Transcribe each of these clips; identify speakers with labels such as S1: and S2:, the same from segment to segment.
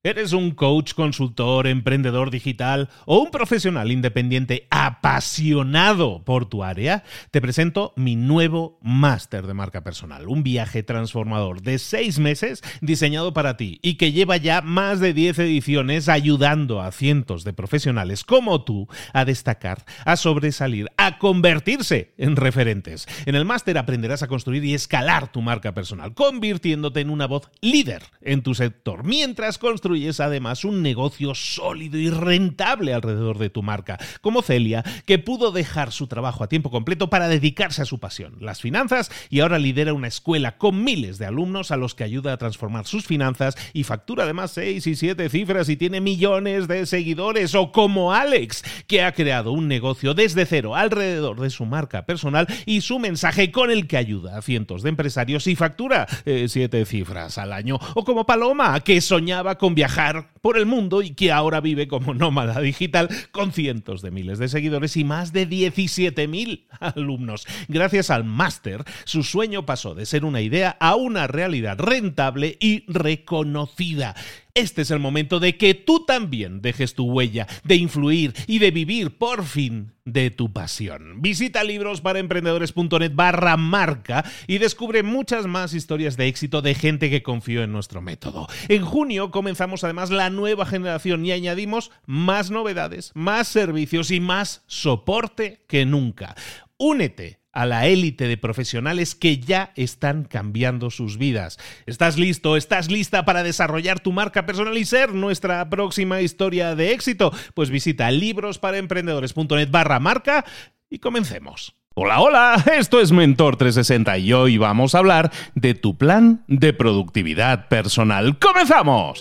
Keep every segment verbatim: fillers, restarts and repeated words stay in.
S1: ¿Eres un coach, consultor, emprendedor digital o un profesional independiente apasionado por tu área? Te presento mi nuevo máster de marca personal, un viaje transformador de seis meses diseñado para ti y que lleva ya más de diez ediciones ayudando a cientos de profesionales como tú a destacar, a sobresalir, a convertirse en referentes. En el máster aprenderás a construir y escalar tu marca personal, convirtiéndote en una voz líder en tu sector, mientras construyes es además un negocio sólido y rentable alrededor de tu marca, como Celia, que pudo dejar su trabajo a tiempo completo para dedicarse a su pasión, las finanzas, y ahora lidera una escuela con miles de alumnos a los que ayuda a transformar sus finanzas y factura además seis y siete cifras y tiene millones de seguidores, o como Alex, que ha creado un negocio desde cero alrededor de su marca personal y su mensaje, con el que ayuda a cientos de empresarios y factura eh, siete cifras al año, o como Paloma, que soñaba con viajar por el mundo y que ahora vive como nómada digital con cientos de miles de seguidores y más de diecisiete mil alumnos. Gracias al máster, su sueño pasó de ser una idea a una realidad rentable y reconocida. Este es el momento de que tú también dejes tu huella, de influir y de vivir por fin de tu pasión. Visita librosparaemprendedores.net barra marca y descubre muchas más historias de éxito de gente que confió en nuestro método. En junio comenzamos además la nueva generación y añadimos más novedades, más servicios y más soporte que nunca. Únete a la élite de profesionales que ya están cambiando sus vidas. ¿Estás listo? ¿Estás lista para desarrollar tu marca personal y ser nuestra próxima historia de éxito? Pues visita librosparaemprendedores.net barra marca y comencemos. Hola, hola, esto es Mentor trescientos sesenta y hoy vamos a hablar de tu plan de productividad personal. ¡Comenzamos!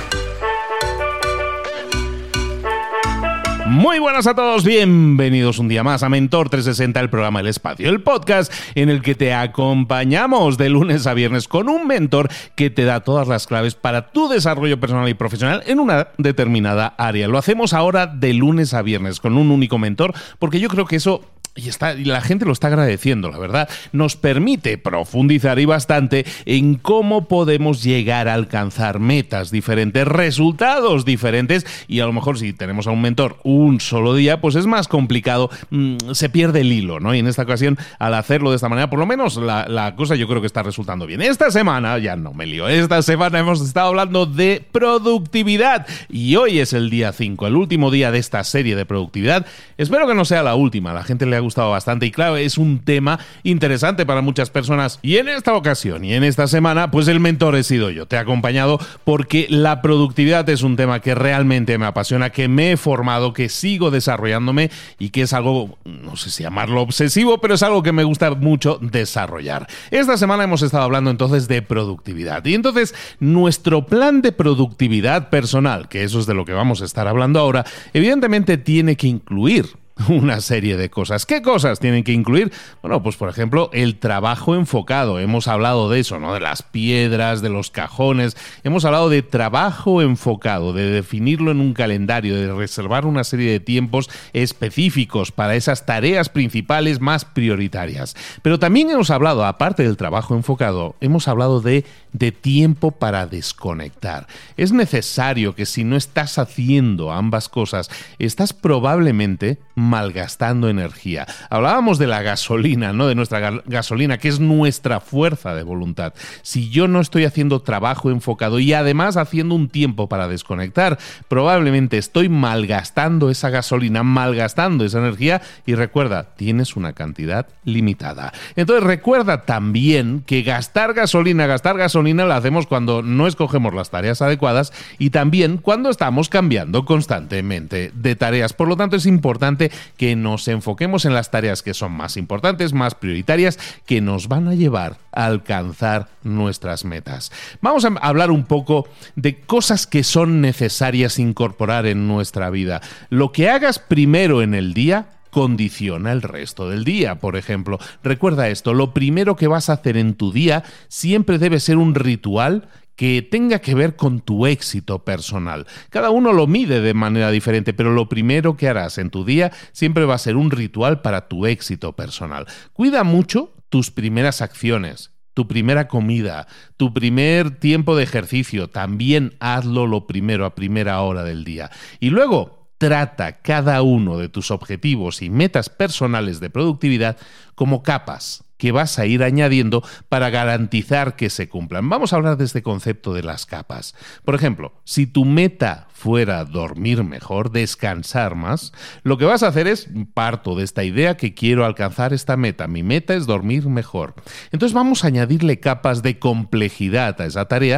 S1: Muy buenas a todos, bienvenidos un día más a Mentor trescientos sesenta, el programa El Espacio, el podcast en el que te acompañamos de lunes a viernes con un mentor que te da todas las claves para tu desarrollo personal y profesional en una determinada área. Lo hacemos ahora de lunes a viernes con un único mentor, porque yo creo que eso... Y, está, y la gente lo está agradeciendo, la verdad. Nos permite profundizar y bastante en cómo podemos llegar a alcanzar metas diferentes, resultados diferentes, y a lo mejor si tenemos a un mentor un solo día, pues es más complicado, mmm, se pierde el hilo, ¿no? Y en esta ocasión, al hacerlo de esta manera, por lo menos la, la cosa yo creo que está resultando bien. Esta semana, ya no me lío, esta semana hemos estado hablando de productividad y hoy es el día cinco, el último día de esta serie de productividad. Espero que no sea la última, a la gente le ha gustado bastante y claro, es un tema interesante para muchas personas y en esta ocasión y en esta semana pues el mentor he sido yo, te he acompañado porque la productividad es un tema que realmente me apasiona, que me he formado, que sigo desarrollándome y que es algo, no sé si llamarlo obsesivo, pero es algo que me gusta mucho desarrollar. Esta semana hemos estado hablando entonces de productividad y entonces nuestro plan de productividad personal, que eso es de lo que vamos a estar hablando ahora, evidentemente tiene que incluir una serie de cosas. ¿Qué cosas tienen que incluir? Bueno, pues por ejemplo, el trabajo enfocado. Hemos hablado de eso, ¿no? De las piedras, de los cajones. Hemos hablado de trabajo enfocado, de definirlo en un calendario, de reservar una serie de tiempos específicos para esas tareas principales más prioritarias. Pero también hemos hablado, aparte del trabajo enfocado, hemos hablado de, de tiempo para desconectar. Es necesario que si no estás haciendo ambas cosas, estás probablemente malgastando energía. Hablábamos de la gasolina, ¿no? De nuestra ga- gasolina, que es nuestra fuerza de voluntad. Si yo no estoy haciendo trabajo enfocado y además haciendo un tiempo para desconectar, probablemente estoy malgastando esa gasolina, malgastando esa energía y recuerda, tienes una cantidad limitada. Entonces recuerda también que gastar gasolina, gastar gasolina la hacemos cuando no escogemos las tareas adecuadas y también cuando estamos cambiando constantemente de tareas. Por lo tanto, es importante que nos enfoquemos en las tareas que son más importantes, más prioritarias, que nos van a llevar a alcanzar nuestras metas. Vamos a hablar un poco de cosas que son necesarias incorporar en nuestra vida. Lo que hagas primero en el día condiciona el resto del día. Por ejemplo, recuerda esto, lo primero que vas a hacer en tu día siempre debe ser un ritual que tenga que ver con tu éxito personal. Cada uno lo mide de manera diferente, pero lo primero que harás en tu día siempre va a ser un ritual para tu éxito personal. Cuida mucho tus primeras acciones. tu primera comida, tu primer tiempo de ejercicio, también hazlo lo primero a primera hora del día. Y luego, trata cada uno de tus objetivos y metas personales de productividad como capas que vas a ir añadiendo para garantizar que se cumplan. Vamos a hablar de este concepto de las capas. Por ejemplo, si tu meta fuera dormir mejor, descansar más, lo que vas a hacer es, parto de esta idea que quiero alcanzar esta meta. Mi meta es dormir mejor. Entonces vamos a añadirle capas de complejidad a esa tarea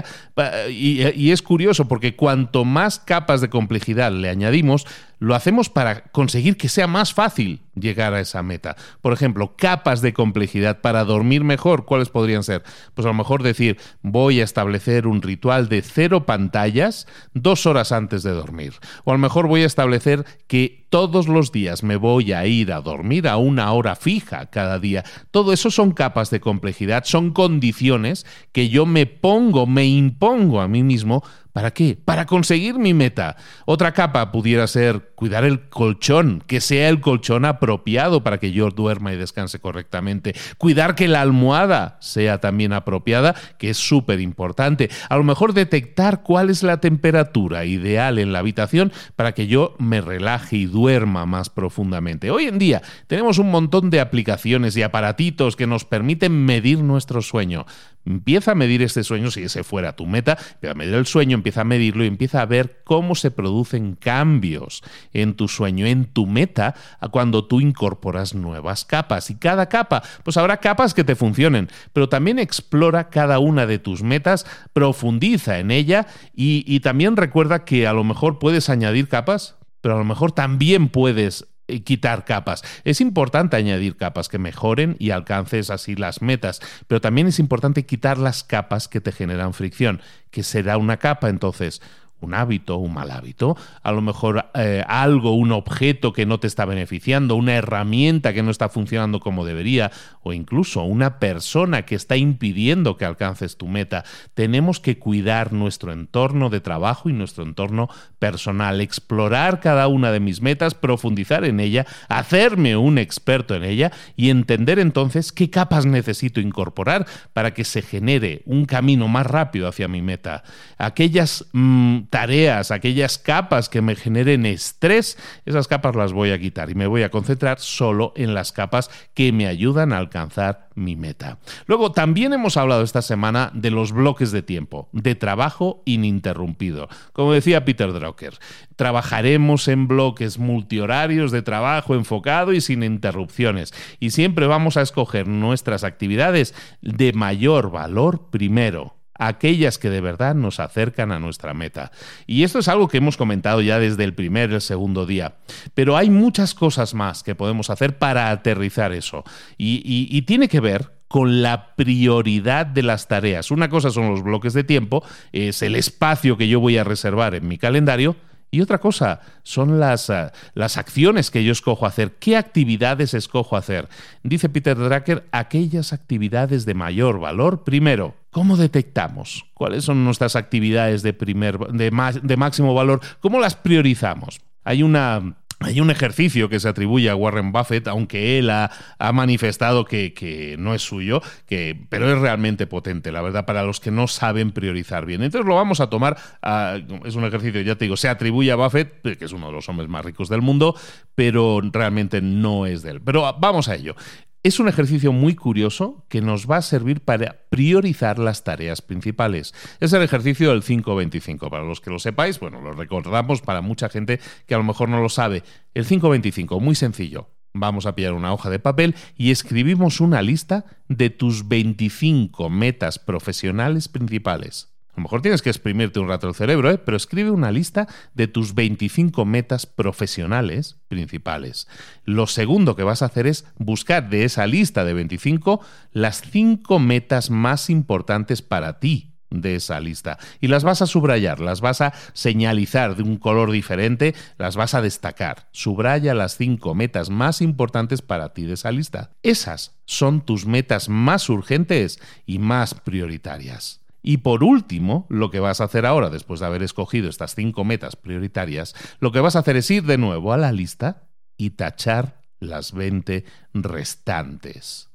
S1: y, y es curioso porque cuanto más capas de complejidad le añadimos, lo hacemos para conseguir que sea más fácil llegar a esa meta. Por ejemplo, capas de complejidad para dormir mejor, ¿cuáles podrían ser? Pues a lo mejor decir, voy a establecer un ritual de cero pantallas dos horas antes de dormir. O a lo mejor voy a establecer que todos los días me voy a ir a dormir a una hora fija cada día. Todo eso son capas de complejidad, son condiciones que yo me pongo, me impongo a mí mismo. ¿Para qué? Para conseguir mi meta. Otra capa pudiera ser cuidar el colchón, que sea el colchón apropiado para que yo duerma y descanse correctamente. Cuidar que la almohada sea también apropiada, que es súper importante. A lo mejor detectar cuál es la temperatura ideal en la habitación para que yo me relaje y duerma más profundamente. Hoy en día tenemos un montón de aplicaciones y aparatitos que nos permiten medir nuestro sueño. Empieza a medir este sueño, si ese fuera tu meta, empieza a medir el sueño, empieza a medirlo y empieza a ver cómo se producen cambios en tu sueño, en tu meta, cuando tú incorporas nuevas capas. Y cada capa, pues habrá capas que te funcionen, pero también explora cada una de tus metas, profundiza en ella y, y también recuerda que a lo mejor puedes añadir capas, pero a lo mejor también puedes quitar capas. Es importante añadir capas que mejoren y alcances así las metas, pero también es importante quitar las capas que te generan fricción. ¿Qué será una capa entonces? Un hábito, un mal hábito, a lo mejor eh, algo, un objeto que no te está beneficiando, una herramienta que no está funcionando como debería, o incluso una persona que está impidiendo que alcances tu meta. Tenemos que cuidar nuestro entorno de trabajo y nuestro entorno personal, explorar cada una de mis metas, profundizar en ella, hacerme un experto en ella y entender entonces qué capas necesito incorporar para que se genere un camino más rápido hacia mi meta. Aquellas mmm, tareas, aquellas capas que me generen estrés, esas capas las voy a quitar y me voy a concentrar solo en las capas que me ayudan a alcanzar mi meta. Luego, también hemos hablado esta semana de los bloques de tiempo, de trabajo ininterrumpido. Como decía Peter Drucker, trabajaremos en bloques multihorarios de trabajo enfocado y sin interrupciones. Y siempre vamos a escoger nuestras actividades de mayor valor primero, aquellas que de verdad nos acercan a nuestra meta. Y esto es algo que hemos comentado ya desde el primer y el segundo día. Pero hay muchas cosas más que podemos hacer para aterrizar eso. Y, y, y tiene que ver con la prioridad de las tareas. Una cosa son los bloques de tiempo, es el espacio que yo voy a reservar en mi calendario. Y otra cosa son las, uh, las acciones que yo escojo hacer. ¿Qué actividades escojo hacer? Dice Peter Drucker, aquellas actividades de mayor valor primero. ¿Cómo detectamos cuáles son nuestras actividades de, primer, de, de máximo valor? ¿Cómo las priorizamos? Hay una... Hay un ejercicio que se atribuye a Warren Buffett, aunque él ha, ha manifestado que, que no es suyo, que, pero es realmente potente, la verdad, para los que no saben priorizar bien. Entonces lo vamos a tomar, a, es un ejercicio, ya te digo, se atribuye a Buffett, que es uno de los hombres más ricos del mundo, pero realmente no es de él. Pero vamos a ello. Es un ejercicio muy curioso que nos va a servir para priorizar las tareas principales. Es el ejercicio del cinco veinticinco. Para los que lo sepáis, bueno, lo recordamos para mucha gente que a lo mejor no lo sabe. El cinco veinticinco, muy sencillo. Vamos a pillar una hoja de papel y escribimos una lista de tus veinticinco metas profesionales principales. A lo mejor tienes que exprimirte un rato el cerebro, ¿eh? Pero escribe una lista de tus veinticinco metas profesionales principales. Lo segundo que vas a hacer es buscar de esa lista de veinticinco las cinco metas más importantes para ti de esa lista. Y las vas a subrayar, las vas a señalizar de un color diferente, las vas a destacar. Subraya las cinco metas más importantes para ti de esa lista. Esas son tus metas más urgentes y más prioritarias. Y por último, lo que vas a hacer ahora, después de haber escogido estas cinco metas prioritarias, lo que vas a hacer es ir de nuevo a la lista y tachar las veinte restantes.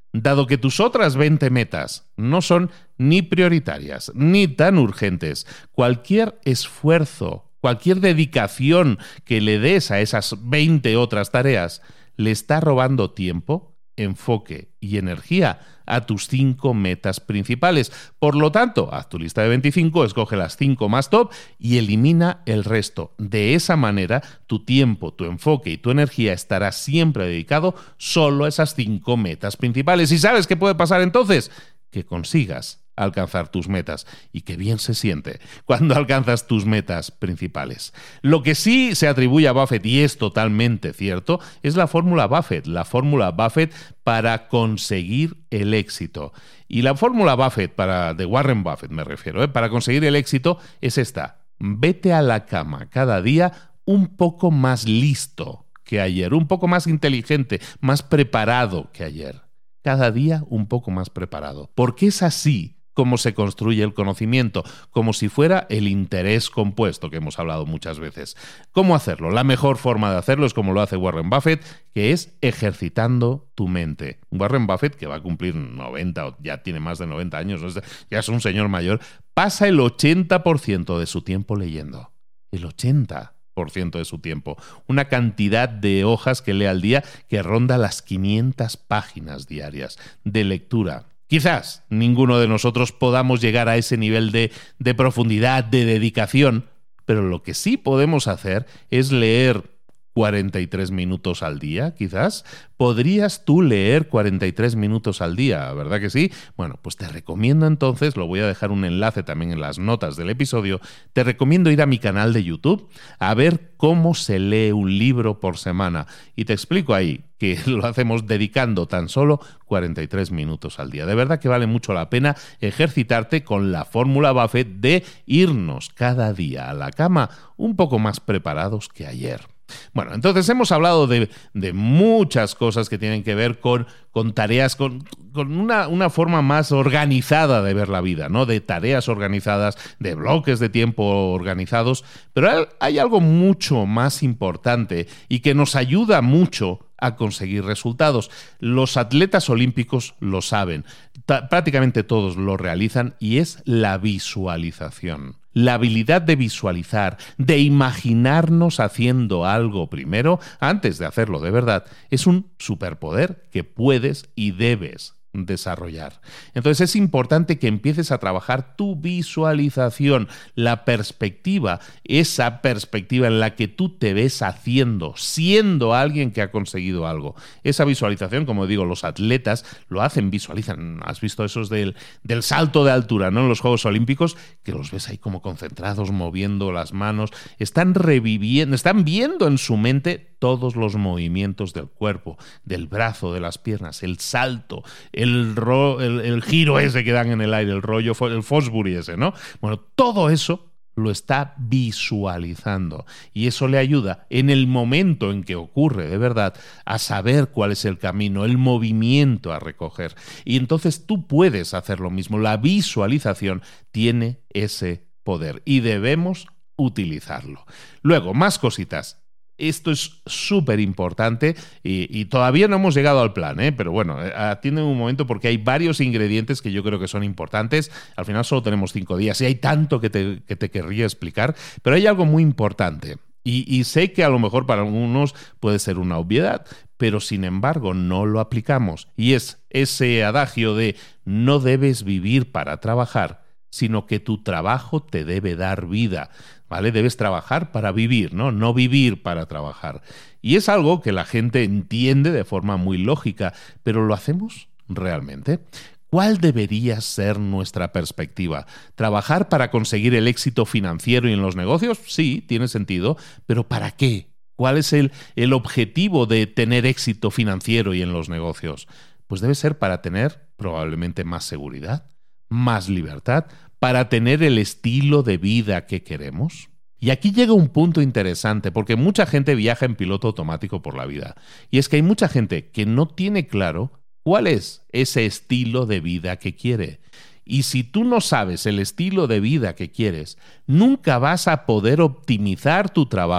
S1: Dado que tus otras veinte metas no son ni prioritarias ni tan urgentes, cualquier esfuerzo, cualquier dedicación que le des a esas veinte otras tareas le está robando tiempo, enfoque y energía a tus cinco metas principales. Por lo tanto, haz tu lista de veinticinco, escoge las cinco más top y elimina el resto. De esa manera, tu tiempo, tu enfoque y tu energía estará siempre dedicado solo a esas cinco metas principales. ¿Y sabes qué puede pasar entonces? Que consigas alcanzar tus metas. Y qué bien se siente cuando alcanzas tus metas principales. Lo que sí se atribuye a Buffett, y es totalmente cierto, es la fórmula Buffett, la fórmula Buffett para conseguir el éxito. Y la fórmula Buffett, para, de Warren Buffett me refiero, ¿eh? para conseguir el éxito es esta: vete a la cama cada día un poco más listo que ayer, un poco más inteligente, más preparado que ayer. Cada día un poco más preparado. Porque es así como se construye el conocimiento, como si fuera el interés compuesto que hemos hablado muchas veces. ¿Cómo hacerlo? La mejor forma de hacerlo es como lo hace Warren Buffett, que es ejercitando tu mente. Warren Buffett, que va a cumplir noventa o ya tiene más de noventa años, ya es un señor mayor, pasa el ochenta por ciento de su tiempo leyendo. El ochenta por ciento de su tiempo. Una cantidad de hojas que lee al día que ronda las quinientas páginas diarias de lectura. Quizás ninguno de nosotros podamos llegar a ese nivel de, de profundidad, de dedicación, pero lo que sí podemos hacer es leer cuarenta y tres minutos al día, quizás. ¿Podrías tú leer cuarenta y tres minutos al día? ¿Verdad que sí? Bueno, pues te recomiendo entonces, lo voy a dejar un enlace también en las notas del episodio, te recomiendo ir a mi canal de YouTube a ver cómo se lee un libro por semana. Y te explico ahí que lo hacemos dedicando tan solo cuarenta y tres minutos al día. De verdad que vale mucho la pena ejercitarte con la fórmula Buffett de irnos cada día a la cama un poco más preparados que ayer. Bueno, entonces hemos hablado de, de muchas cosas que tienen que ver con, con tareas, con, con una, una forma más organizada de ver la vida, ¿no? De tareas organizadas, de bloques de tiempo organizados, pero hay algo mucho más importante y que nos ayuda mucho a conseguir resultados. Los atletas olímpicos lo saben, Ta- prácticamente todos lo realizan, y es la visualización. La habilidad de visualizar, de imaginarnos haciendo algo primero, antes de hacerlo de verdad, es un superpoder que puedes y debes desarrollar. Entonces es importante que empieces a trabajar tu visualización, la perspectiva, esa perspectiva en la que tú te ves haciendo, siendo alguien que ha conseguido algo. Esa visualización, como digo, los atletas lo hacen, visualizan. ¿Has visto esos del, del salto de altura, ¿no? En los Juegos Olímpicos, que los ves ahí como concentrados, moviendo las manos, están reviviendo, están viendo en su mente todos los movimientos del cuerpo, del brazo, de las piernas, el salto, el, ro- el, el giro ese que dan en el aire, el rollo, el Fosbury ese, ¿no? Bueno, todo eso lo está visualizando y eso le ayuda en el momento en que ocurre de verdad a saber cuál es el camino, el movimiento a recoger. Y entonces tú puedes hacer lo mismo. La visualización tiene ese poder y debemos utilizarlo. Luego, más cositas. Esto es súper importante y, y todavía no hemos llegado al plan, ¿eh? Pero bueno, atiende un momento porque hay varios ingredientes que yo creo que son importantes. Al final solo tenemos cinco días y hay tanto que te, que te querría explicar, pero hay algo muy importante. Y, y sé que a lo mejor para algunos puede ser una obviedad, pero sin embargo no lo aplicamos. Y es ese adagio de no debes vivir para trabajar, sino que tu trabajo te debe dar vida, ¿vale? Debes trabajar para vivir, ¿no? No vivir para trabajar. Y es algo que la gente entiende de forma muy lógica, pero ¿lo hacemos realmente? ¿Cuál debería ser nuestra perspectiva? ¿Trabajar para conseguir el éxito financiero y en los negocios? Sí, tiene sentido, pero ¿para qué? ¿Cuál es el, el objetivo de tener éxito financiero y en los negocios? Pues debe ser para tener probablemente más seguridad, más libertad, para tener el estilo de vida que queremos. Y aquí llega un punto interesante, porque mucha gente viaja en piloto automático por la vida. Y es que hay mucha gente que no tiene claro cuál es ese estilo de vida que quiere. Y si tú no sabes el estilo de vida que quieres, nunca vas a poder optimizar tu trabajo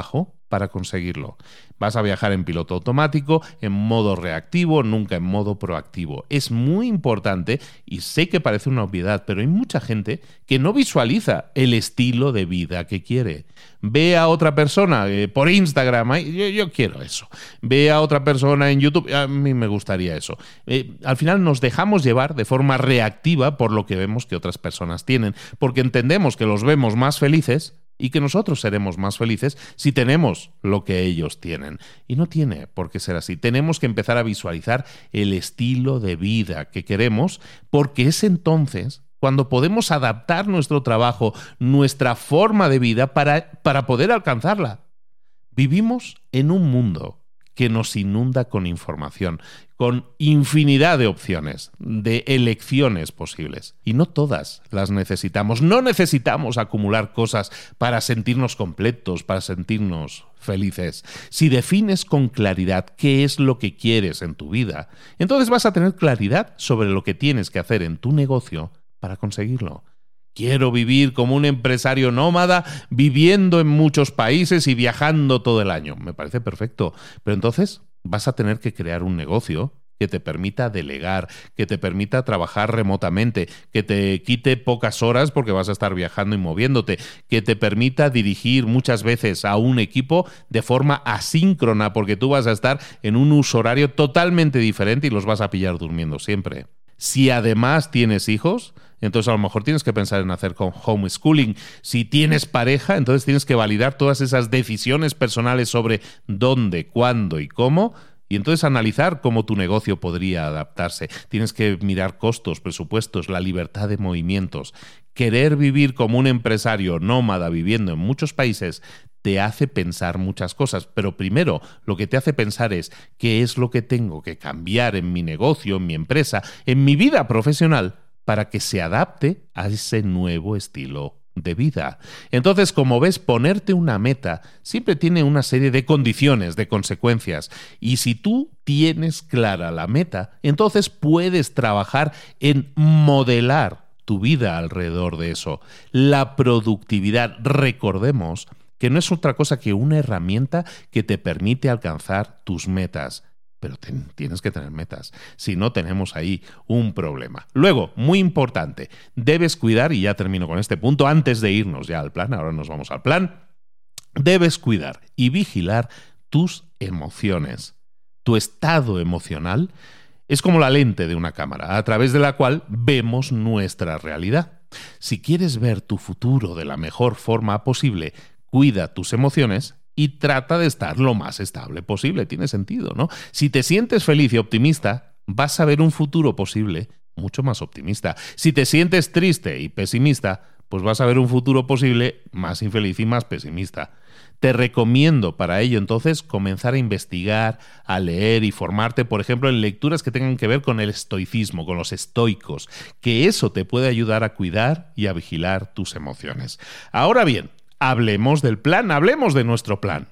S1: para conseguirlo. Vas a viajar en piloto automático, en modo reactivo, nunca en modo proactivo. Es muy importante, y sé que parece una obviedad, pero hay mucha gente que no visualiza el estilo de vida que quiere. Ve a otra persona eh, por Instagram, ay, yo, yo quiero eso. Ve a otra persona en YouTube, a mí me gustaría eso. Eh, al final nos dejamos llevar de forma reactiva por lo que vemos que otras personas tienen, porque entendemos que los vemos más felices y que nosotros seremos más felices si tenemos lo que ellos tienen. Y no tiene por qué ser así. Tenemos que empezar a visualizar el estilo de vida que queremos, porque es entonces cuando podemos adaptar nuestro trabajo, nuestra forma de vida para, para poder alcanzarla. Vivimos en un mundo que nos inunda con información, con infinidad de opciones, de elecciones posibles. Y no todas las necesitamos. No necesitamos acumular cosas para sentirnos completos, para sentirnos felices. Si defines con claridad qué es lo que quieres en tu vida, entonces vas a tener claridad sobre lo que tienes que hacer en tu negocio para conseguirlo. Quiero vivir como un empresario nómada, viviendo en muchos países y viajando todo el año. Me parece perfecto. Pero entonces vas a tener que crear un negocio que te permita delegar, que te permita trabajar remotamente, que te quite pocas horas porque vas a estar viajando y moviéndote, que te permita dirigir muchas veces a un equipo de forma asíncrona porque tú vas a estar en un uso horario totalmente diferente y los vas a pillar durmiendo siempre. Si además tienes hijos, entonces a lo mejor tienes que pensar en hacer con homeschooling. Si tienes pareja, entonces tienes que validar todas esas decisiones personales sobre dónde, cuándo y cómo, y entonces analizar cómo tu negocio podría adaptarse. Tienes que mirar costos, presupuestos, la libertad de movimientos. Querer vivir como un empresario nómada viviendo en muchos países te hace pensar muchas cosas, pero primero lo que te hace pensar es qué es lo que tengo que cambiar en mi negocio, en mi empresa, en mi vida profesional para que se adapte a ese nuevo estilo de vida. Entonces, como ves, ponerte una meta siempre tiene una serie de condiciones, de consecuencias, y si tú tienes clara la meta, entonces puedes trabajar en modelar tu vida alrededor de eso. La productividad, recordemos, que no es otra cosa que una herramienta que te permite alcanzar tus metas. Pero ten, tienes que tener metas. Si no, tenemos ahí un problema. Luego, muy importante, debes cuidar, y ya termino con este punto, antes de irnos ya al plan, ahora nos vamos al plan, debes cuidar y vigilar tus emociones. Tu estado emocional es como la lente de una cámara, a través de la cual vemos nuestra realidad. Si quieres ver tu futuro de la mejor forma posible, cuida tus emociones y trata de estar lo más estable posible. Tiene sentido, ¿no? Si te sientes feliz y optimista, vas a ver un futuro posible mucho más optimista. Si te sientes triste y pesimista, pues vas a ver un futuro posible más infeliz y más pesimista. Te recomiendo para ello entonces comenzar a investigar, a leer y formarte, por ejemplo, en lecturas que tengan que ver con el estoicismo, con los estoicos, que eso te puede ayudar a cuidar y a vigilar tus emociones. Ahora bien, hablemos del plan, hablemos de nuestro plan.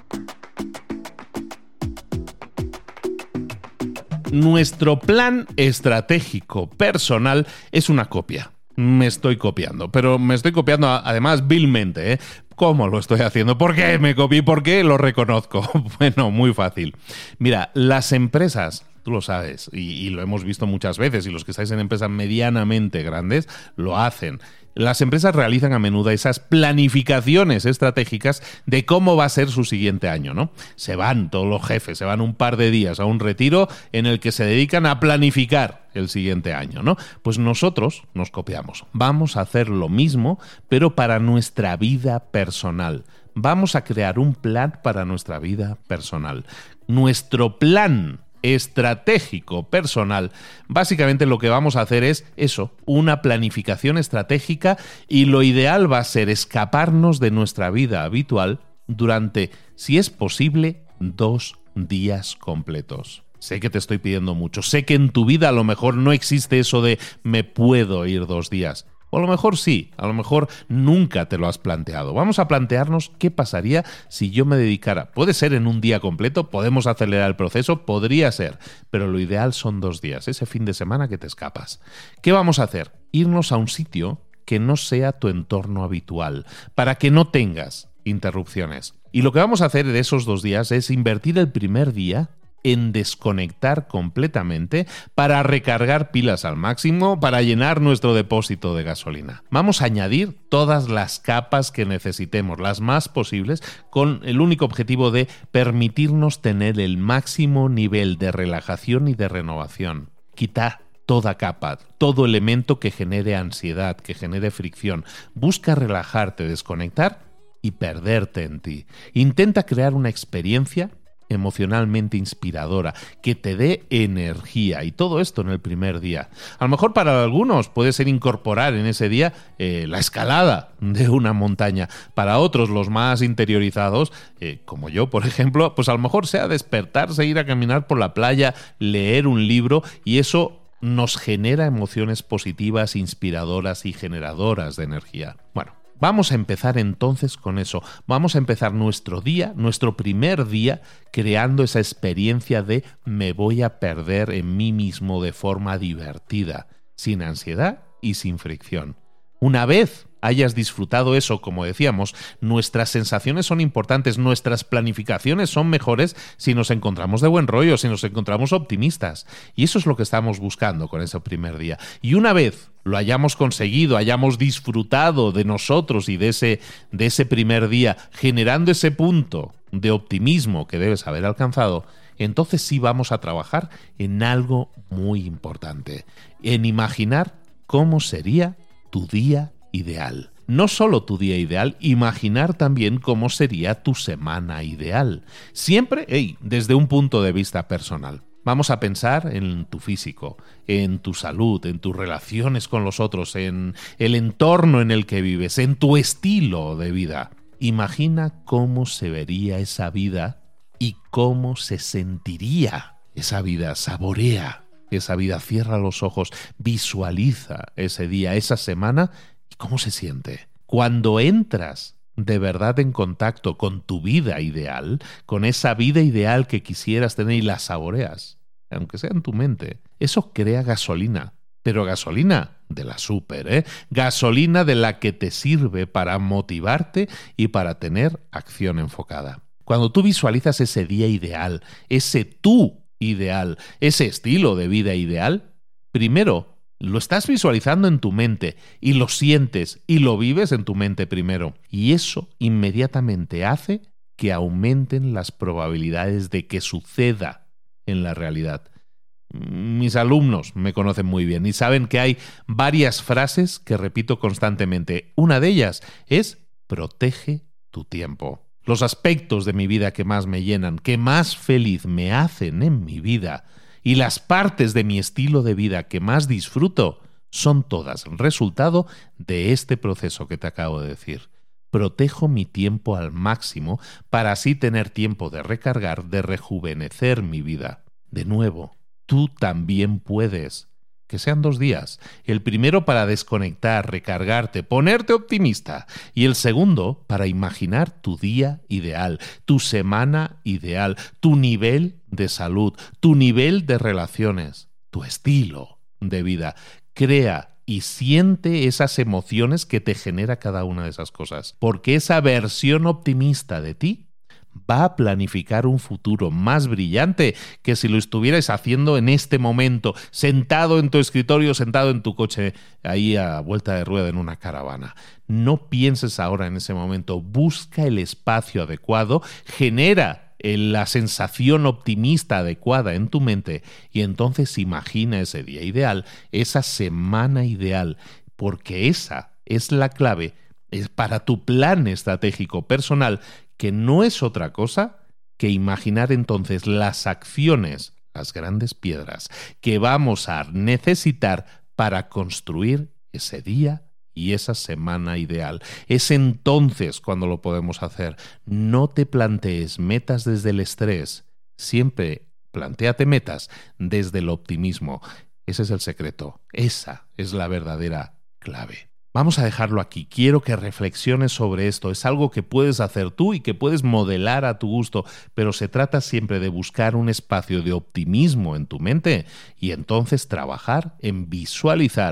S1: Nuestro plan estratégico personal es una copia. Me estoy copiando, pero me estoy copiando además vilmente, ¿eh? ¿Cómo lo estoy haciendo? ¿Por qué me copié? ¿Por qué lo reconozco? Bueno, muy fácil. Mira, las empresas, tú lo sabes, y, y lo hemos visto muchas veces, y los que estáis en empresas medianamente grandes lo hacen. Las empresas realizan a menudo esas planificaciones estratégicas de cómo va a ser su siguiente año, ¿no? Se van todos los jefes, se van un par de días a un retiro en el que se dedican a planificar el siguiente año, ¿no? Pues nosotros nos copiamos. Vamos a hacer lo mismo, pero para nuestra vida personal. Vamos a crear un plan para nuestra vida personal. Nuestro plan estratégico personal, básicamente lo que vamos a hacer es eso, una planificación estratégica, y lo ideal va a ser escaparnos de nuestra vida habitual durante, si es posible, dos días completos. Sé que te estoy pidiendo mucho, sé que en tu vida a lo mejor no existe eso de me puedo ir dos días. O a lo mejor sí, a lo mejor nunca te lo has planteado. Vamos a plantearnos qué pasaría si yo me dedicara. Puede ser en un día completo, podemos acelerar el proceso, podría ser, pero lo ideal son dos días, ese fin de semana que te escapas. ¿Qué vamos a hacer? Irnos a un sitio que no sea tu entorno habitual, para que no tengas interrupciones. Y lo que vamos a hacer de esos dos días es invertir el primer día en desconectar completamente para recargar pilas al máximo, para llenar nuestro depósito de gasolina. Vamos a añadir todas las capas que necesitemos, las más posibles, con el único objetivo de permitirnos tener el máximo nivel de relajación y de renovación. Quitar toda capa, todo elemento que genere ansiedad, que genere fricción. Busca relajarte, desconectar y perderte en ti. Intenta crear una experiencia emocionalmente inspiradora, que te dé energía, y todo esto en el primer día. A lo mejor para algunos puede ser incorporar en ese día eh, la escalada de una montaña. Para otros, los más interiorizados, eh, como yo, por ejemplo, pues a lo mejor sea despertarse, ir a caminar por la playa, leer un libro, y eso nos genera emociones positivas, inspiradoras y generadoras de energía. Bueno, vamos a empezar entonces con eso. Vamos a empezar nuestro día, nuestro primer día, creando esa experiencia de me voy a perder en mí mismo de forma divertida, sin ansiedad y sin fricción. Una vez hayas disfrutado eso, como decíamos, nuestras sensaciones son importantes, nuestras planificaciones son mejores si nos encontramos de buen rollo, si nos encontramos optimistas. Y eso es lo que estamos buscando con ese primer día. Y una vez lo hayamos conseguido, hayamos disfrutado de nosotros y de ese, de ese primer día, generando ese punto de optimismo que debes haber alcanzado, entonces sí vamos a trabajar en algo muy importante, en imaginar cómo sería tu día ideal. No solo tu día ideal, imaginar también cómo sería tu semana ideal. Siempre, hey, desde un punto de vista personal. Vamos a pensar en tu físico, en tu salud, en tus relaciones con los otros, en el entorno en el que vives, en tu estilo de vida. Imagina cómo se vería esa vida y cómo se sentiría esa vida. Saborea esa vida, cierra los ojos, visualiza ese día, esa semana y cómo se siente. Cuando entras de verdad en contacto con tu vida ideal, con esa vida ideal que quisieras tener y la saboreas, aunque sea en tu mente, eso crea gasolina. Pero gasolina de la súper, ¿eh? Gasolina de la que te sirve para motivarte y para tener acción enfocada. Cuando tú visualizas ese día ideal, ese tú ideal, ese estilo de vida ideal, primero lo estás visualizando en tu mente y lo sientes y lo vives en tu mente primero. Y eso inmediatamente hace que aumenten las probabilidades de que suceda en la realidad. Mis alumnos me conocen muy bien y saben que hay varias frases que repito constantemente. Una de ellas es protege tu tiempo. Los aspectos de mi vida que más me llenan, que más feliz me hacen en mi vida y las partes de mi estilo de vida que más disfruto son todas resultado de este proceso que te acabo de decir. Protejo mi tiempo al máximo para así tener tiempo de recargar, de rejuvenecer mi vida. De nuevo, tú también puedes. Que sean dos días. El primero para desconectar, recargarte, ponerte optimista. Y el segundo para imaginar tu día ideal, tu semana ideal, tu nivel de salud, tu nivel de relaciones, tu estilo de vida. Crea y siente esas emociones que te genera cada una de esas cosas. Porque esa versión optimista de ti va a planificar un futuro más brillante que si lo estuvieras haciendo en este momento, sentado en tu escritorio, sentado en tu coche, ahí a vuelta de rueda en una caravana. No pienses ahora en ese momento, busca el espacio adecuado, genera la sensación optimista adecuada en tu mente y entonces imagina ese día ideal, esa semana ideal, porque esa es la clave es para tu plan estratégico personal, que no es otra cosa que imaginar entonces las acciones, las grandes piedras que vamos a necesitar para construir ese día y esa semana ideal. Es entonces cuando lo podemos hacer. No te plantees metas desde el estrés, siempre plantéate metas desde el optimismo. Ese es el secreto, esa es la verdadera clave. Vamos a dejarlo aquí. Quiero que reflexiones sobre esto. Es algo que puedes hacer tú y que puedes modelar a tu gusto, pero se trata siempre de buscar un espacio de optimismo en tu mente y entonces trabajar en visualizar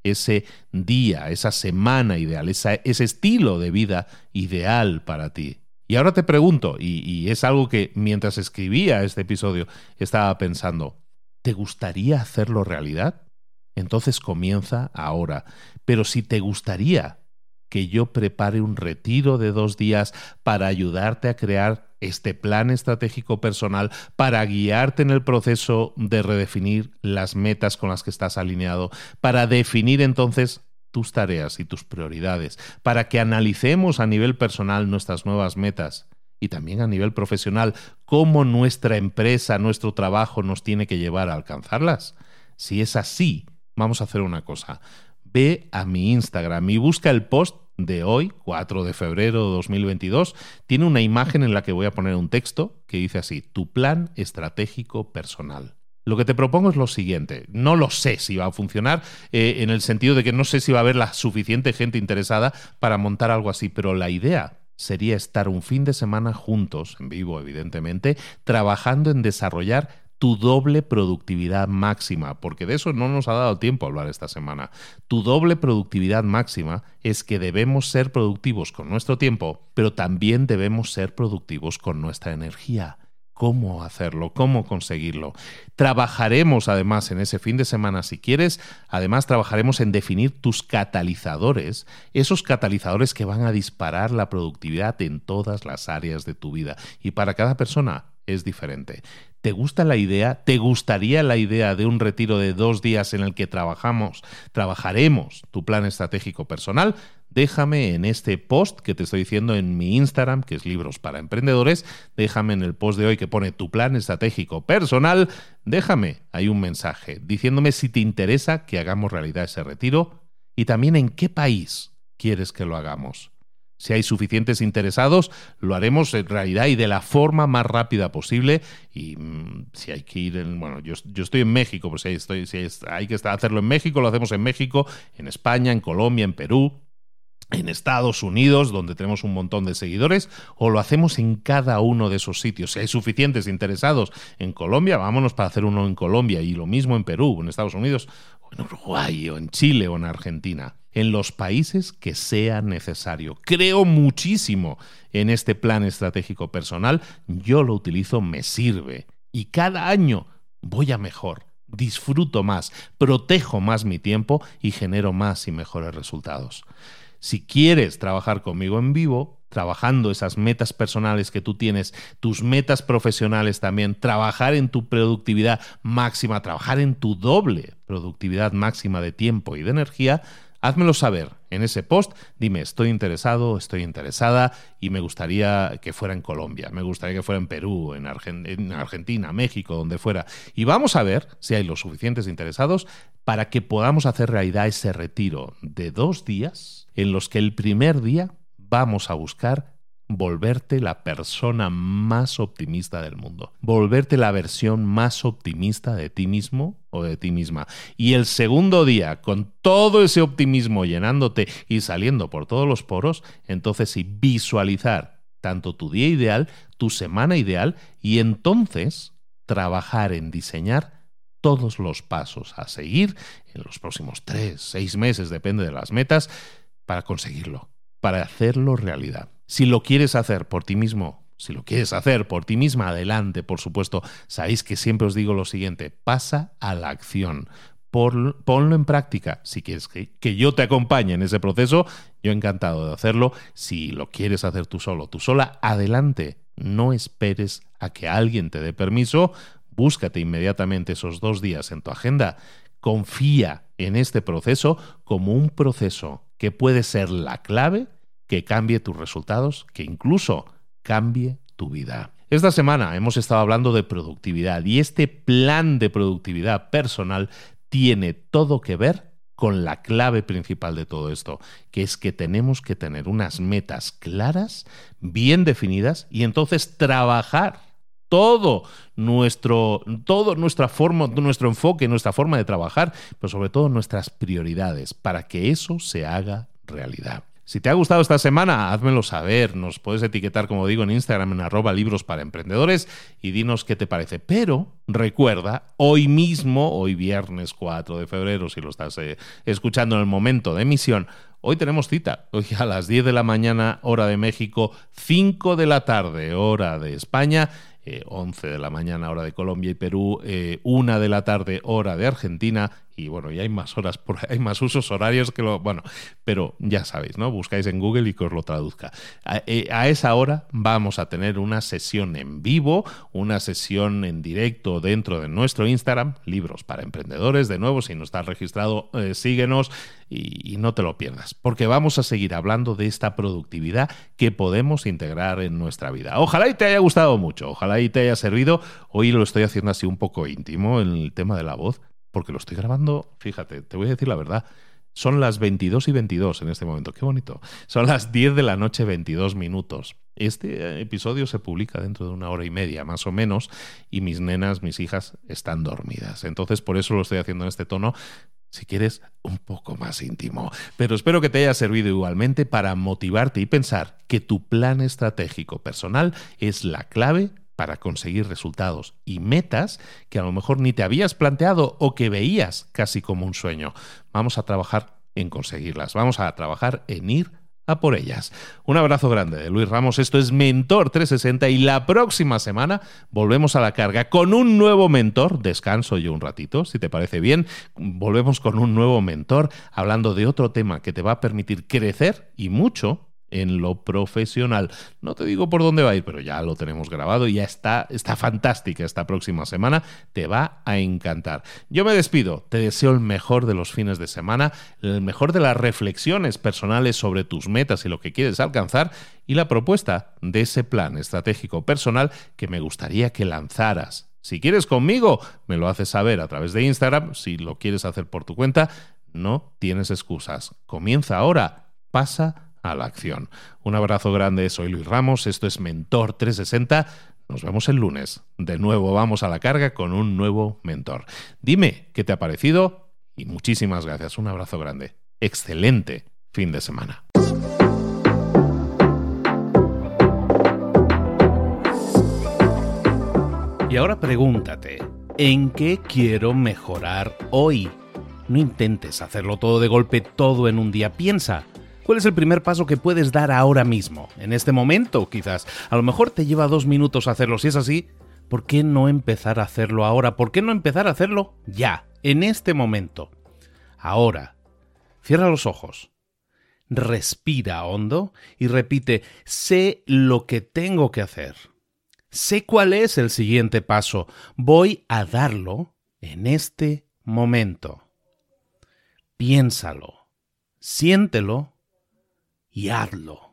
S1: ese día, esa semana ideal, esa, ese estilo de vida ideal para ti. Y ahora te pregunto, y, y es algo que mientras escribía este episodio estaba pensando, ¿te gustaría hacerlo realidad? Entonces comienza ahora. Pero si te gustaría que yo prepare un retiro de dos días para ayudarte a crear este plan estratégico personal, para guiarte en el proceso de redefinir las metas con las que estás alineado, para definir entonces tus tareas y tus prioridades, para que analicemos a nivel personal nuestras nuevas metas y también a nivel profesional cómo nuestra empresa, nuestro trabajo nos tiene que llevar a alcanzarlas. Si es así, vamos a hacer una cosa. Ve a mi Instagram y busca el post de hoy, cuatro de febrero de dos mil veintidós. Tiene una imagen en la que voy a poner un texto que dice así: tu plan estratégico personal. Lo que te propongo es lo siguiente. No lo sé si va a funcionar, eh, en el sentido de que no sé si va a haber la suficiente gente interesada para montar algo así, pero la idea sería estar un fin de semana juntos, en vivo evidentemente, trabajando en desarrollar tu doble productividad máxima, porque de eso no nos ha dado tiempo a hablar esta semana. Tu doble productividad máxima es que debemos ser productivos con nuestro tiempo, pero también debemos ser productivos con nuestra energía. ¿Cómo hacerlo? ¿Cómo conseguirlo? Trabajaremos además en ese fin de semana, si quieres, además trabajaremos en definir tus catalizadores, esos catalizadores que van a disparar la productividad en todas las áreas de tu vida. Y para cada persona es diferente. ¿Te gusta la idea? ¿Te gustaría la idea de un retiro de dos días en el que trabajamos, trabajaremos tu plan estratégico personal? Déjame en este post que te estoy diciendo en mi Instagram, que es Libros para Emprendedores, déjame en el post de hoy que pone tu plan estratégico personal, déjame ahí un mensaje diciéndome si te interesa que hagamos realidad ese retiro y también en qué país quieres que lo hagamos. Si hay suficientes interesados, lo haremos en realidad y de la forma más rápida posible. Y mmm, si hay que ir, en, bueno, yo, yo estoy en México, pues si, estoy, si hay que hacerlo en México, lo hacemos en México, en España, en Colombia, en Perú, en Estados Unidos, donde tenemos un montón de seguidores, o lo hacemos en cada uno de esos sitios. Si hay suficientes interesados en Colombia, vámonos para hacer uno en Colombia, y lo mismo en Perú, en Estados Unidos, o en Uruguay, o en Chile, o en Argentina. En los países que sea necesario. Creo muchísimo en este plan estratégico personal. Yo lo utilizo, me sirve. Y cada año voy a mejor. Disfruto más, protejo más mi tiempo y genero más y mejores resultados. Si quieres trabajar conmigo en vivo, trabajando esas metas personales que tú tienes, tus metas profesionales también, trabajar en tu productividad máxima, trabajar en tu doble productividad máxima de tiempo y de energía, házmelo saber en ese post. Dime, estoy interesado, estoy interesada y me gustaría que fuera en Colombia, me gustaría que fuera en Perú, en, Argen- en Argentina, México, donde fuera. Y vamos a ver si hay los suficientes interesados para que podamos hacer realidad ese retiro de dos días en los que el primer día vamos a buscar volverte la persona más optimista del mundo, volverte la versión más optimista de ti mismo o de ti misma. Y el segundo día, con todo ese optimismo llenándote y saliendo por todos los poros, entonces sí, visualizar tanto tu día ideal, tu semana ideal, y entonces trabajar en diseñar todos los pasos a seguir en los próximos tres, seis meses, depende de las metas, para conseguirlo, para hacerlo realidad. Si lo quieres hacer por ti mismo, si lo quieres hacer por ti misma, adelante, por supuesto. Sabéis que siempre os digo lo siguiente: pasa a la acción, Por, ponlo en práctica. Si quieres que, que yo te acompañe en ese proceso, yo encantado de hacerlo. Si lo quieres hacer tú solo, tú sola, adelante. No esperes a que alguien te dé permiso. Búscate inmediatamente esos dos días en tu agenda. Confía en este proceso como un proceso que puede ser la clave que cambie tus resultados, que incluso cambie tu vida. Esta semana hemos estado hablando de productividad y este plan de productividad personal tiene todo que ver con la clave principal de todo esto, que es que tenemos que tener unas metas claras, bien definidas, y entonces trabajar todo nuestro, todo nuestra forma, nuestro enfoque, nuestra forma de trabajar, pero sobre todo nuestras prioridades, para que eso se haga realidad. Si te ha gustado esta semana, házmelo saber. Nos puedes etiquetar, como digo, en Instagram en arroba libros para emprendedores y dinos qué te parece. Pero recuerda, hoy mismo, hoy viernes cuatro de febrero, si lo estás eh, escuchando en el momento de emisión, hoy tenemos cita. Hoy a las diez de la mañana, hora de México, cinco de la tarde, hora de España, eh, once de la mañana, hora de Colombia y Perú, eh, una de la tarde, hora de Argentina. Y bueno, ya hay más horas, por ahí, hay más usos horarios que lo... Bueno, pero ya sabéis, ¿no? Buscáis en Google y que os lo traduzca. A, a esa hora vamos a tener una sesión en vivo, una sesión en directo dentro de nuestro Instagram, Libros para Emprendedores. De nuevo, si no estás registrado, eh, síguenos y, y no te lo pierdas, porque vamos a seguir hablando de esta productividad que podemos integrar en nuestra vida. Ojalá y te haya gustado mucho, ojalá y te haya servido. Hoy lo estoy haciendo así un poco íntimo, el tema de la voz, porque lo estoy grabando, fíjate, te voy a decir la verdad, son las veintidós y veintidós en este momento, qué bonito. Son las diez de la noche, veintidós minutos. Este episodio se publica dentro de una hora y media, más o menos, y mis nenas, mis hijas, están dormidas. Entonces, por eso lo estoy haciendo en este tono, si quieres, un poco más íntimo. Pero espero que te haya servido igualmente para motivarte y pensar que tu plan estratégico personal es la clave para conseguir resultados y metas que a lo mejor ni te habías planteado o que veías casi como un sueño. Vamos a trabajar en conseguirlas, vamos a trabajar en ir a por ellas. Un abrazo grande de Luis Ramos, esto es Mentor trescientos sesenta y la próxima semana volvemos a la carga con un nuevo mentor. Descanso yo un ratito, si te parece bien. Volvemos con un nuevo mentor hablando de otro tema que te va a permitir crecer y mucho en lo profesional. No te digo por dónde va a ir, pero ya lo tenemos grabado y ya está, está fantástica esta próxima semana. Te va a encantar. Yo me despido. Te deseo el mejor de los fines de semana, el mejor de las reflexiones personales sobre tus metas y lo que quieres alcanzar y la propuesta de ese plan estratégico personal que me gustaría que lanzaras. Si quieres conmigo, me lo haces saber a través de Instagram. Si lo quieres hacer por tu cuenta, no tienes excusas. Comienza ahora. Pasa a la acción. Un abrazo grande, soy Luis Ramos, esto es Mentor trescientos sesenta. Nos vemos el lunes. De nuevo vamos a la carga con un nuevo mentor. Dime qué te ha parecido y muchísimas gracias. Un abrazo grande. Excelente fin de semana. Y ahora pregúntate, ¿en qué quiero mejorar hoy? No intentes hacerlo todo de golpe, todo en un día. Piensa, ¿cuál es el primer paso que puedes dar ahora mismo? En este momento, quizás. A lo mejor te lleva dos minutos hacerlo. Si es así, ¿por qué no empezar a hacerlo ahora? ¿Por qué no empezar a hacerlo ya, en este momento? Ahora, cierra los ojos, respira hondo y repite, sé lo que tengo que hacer. Sé cuál es el siguiente paso. Voy a darlo en este momento. Piénsalo, siéntelo y hazlo.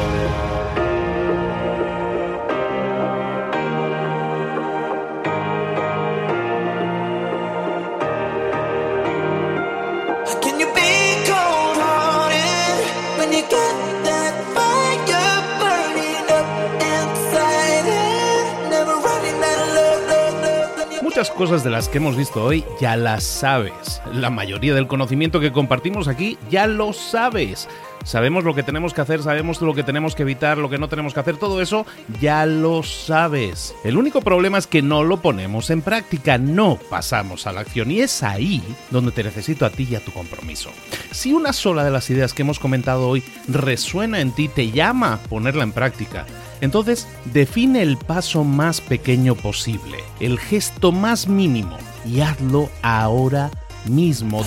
S1: Muchas cosas de las que hemos visto hoy ya las sabes. La mayoría del conocimiento que compartimos aquí ya lo sabes. Sabemos lo que tenemos que hacer, sabemos lo que tenemos que evitar, lo que no tenemos que hacer, todo eso ya lo sabes. El único problema es que no lo ponemos en práctica, no pasamos a la acción y es ahí donde te necesito a ti y a tu compromiso. Si una sola de las ideas que hemos comentado hoy resuena en ti, te llama a ponerla en práctica, entonces define el paso más pequeño posible, el gesto más mínimo y hazlo ahora mismo.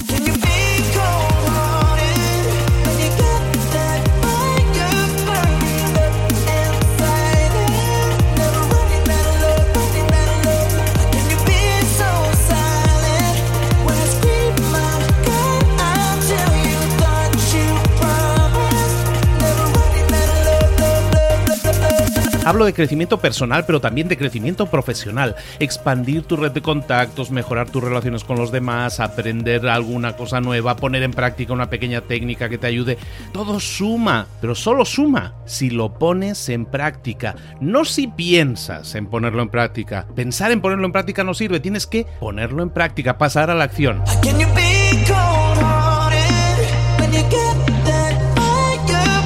S1: Hablo de crecimiento personal, pero también de crecimiento profesional. Expandir tu red de contactos, mejorar tus relaciones con los demás, aprender alguna cosa nueva, poner en práctica una pequeña técnica que te ayude. Todo suma, pero solo suma si lo pones en práctica. No si piensas en ponerlo en práctica. Pensar en ponerlo en práctica no sirve. Tienes que ponerlo en práctica, pasar a la acción. Can you be cold-hearted when you get that fire?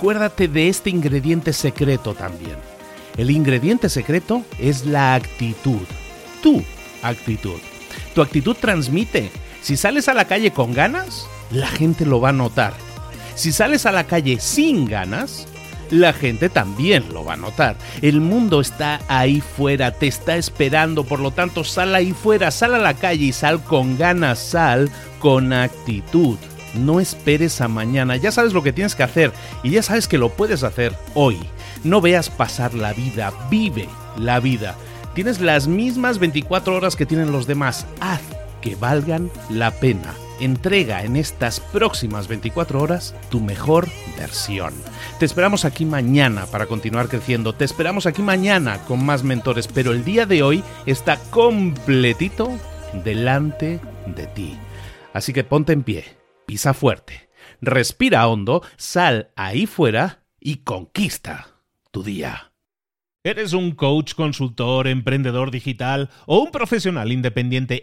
S1: acuérdate de este ingrediente secreto también. El ingrediente secreto es la actitud. Tu actitud. Tu actitud transmite. Si sales a la calle con ganas, la gente lo va a notar. Si sales a la calle sin ganas, la gente también lo va a notar. El mundo está ahí fuera, te está esperando, por lo tanto sal ahí fuera, sal a la calle y sal con ganas, sal con actitud. No esperes a mañana, ya sabes lo que tienes que hacer y ya sabes que lo puedes hacer hoy. No veas pasar la vida, vive la vida. Tienes las mismas veinticuatro horas que tienen los demás, haz que valgan la pena. Entrega en estas próximas veinticuatro horas tu mejor versión. Te esperamos aquí mañana para continuar creciendo. Te esperamos aquí mañana con más mentores, pero el día de hoy está completito delante de ti. Así que ponte en pie, pisa fuerte, respira hondo, sal ahí fuera y conquista tu día. ¿Eres un coach, consultor, emprendedor digital o un profesional independiente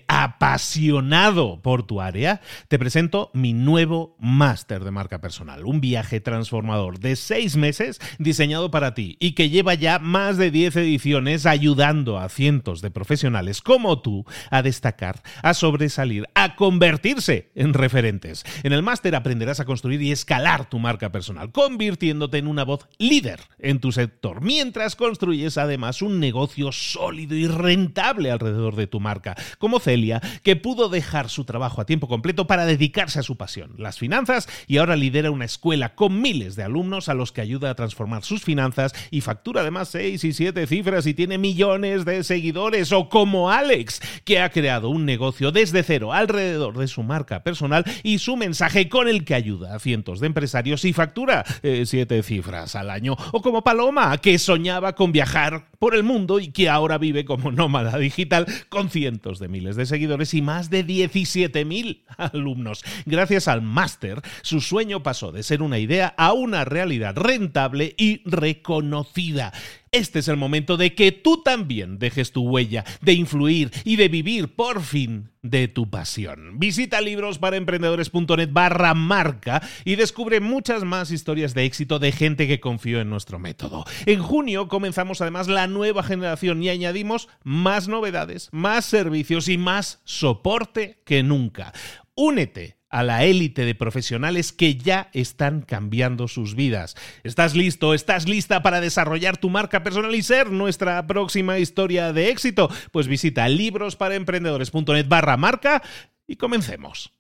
S1: apasionado por tu área? Te presento mi nuevo máster de marca personal, un viaje transformador de seis meses diseñado para ti y que lleva ya más de diez ediciones ayudando a cientos de profesionales como tú a destacar, a sobresalir, a convertirse en referentes. En el máster aprenderás a construir y escalar tu marca personal, convirtiéndote en una voz líder en tu sector, mientras construyes además un negocio sólido y rentable alrededor de tu marca, como Celia, que pudo dejar su trabajo a tiempo completo para dedicarse a su pasión, las finanzas, y ahora lidera una escuela con miles de alumnos a los que ayuda a transformar sus finanzas y factura además seis y siete cifras y tiene millones de seguidores, o como Alex, que ha creado un negocio desde cero alrededor de su marca personal y su mensaje con el que ayuda a cientos de empresarios y factura eh, siete cifras al año, o como Paloma, que soñaba con viajar por el mundo y que ahora vive como nómada digital con cientos de miles de seguidores y más de diecisiete mil alumnos. Gracias al máster, su sueño pasó de ser una idea a una realidad rentable y reconocida. Este es el momento de que tú también dejes tu huella, de influir y de vivir por fin de tu pasión. Visita librosparaemprendedores.net barra marca y descubre muchas más historias de éxito de gente que confió en nuestro método. En junio comenzamos además la nueva generación y añadimos más novedades, más servicios y más soporte que nunca. Únete a la élite de profesionales que ya están cambiando sus vidas. ¿Estás listo? ¿Estás lista para desarrollar tu marca personal y ser nuestra próxima historia de éxito? Pues visita librosparaemprendedores.net barra marca y comencemos.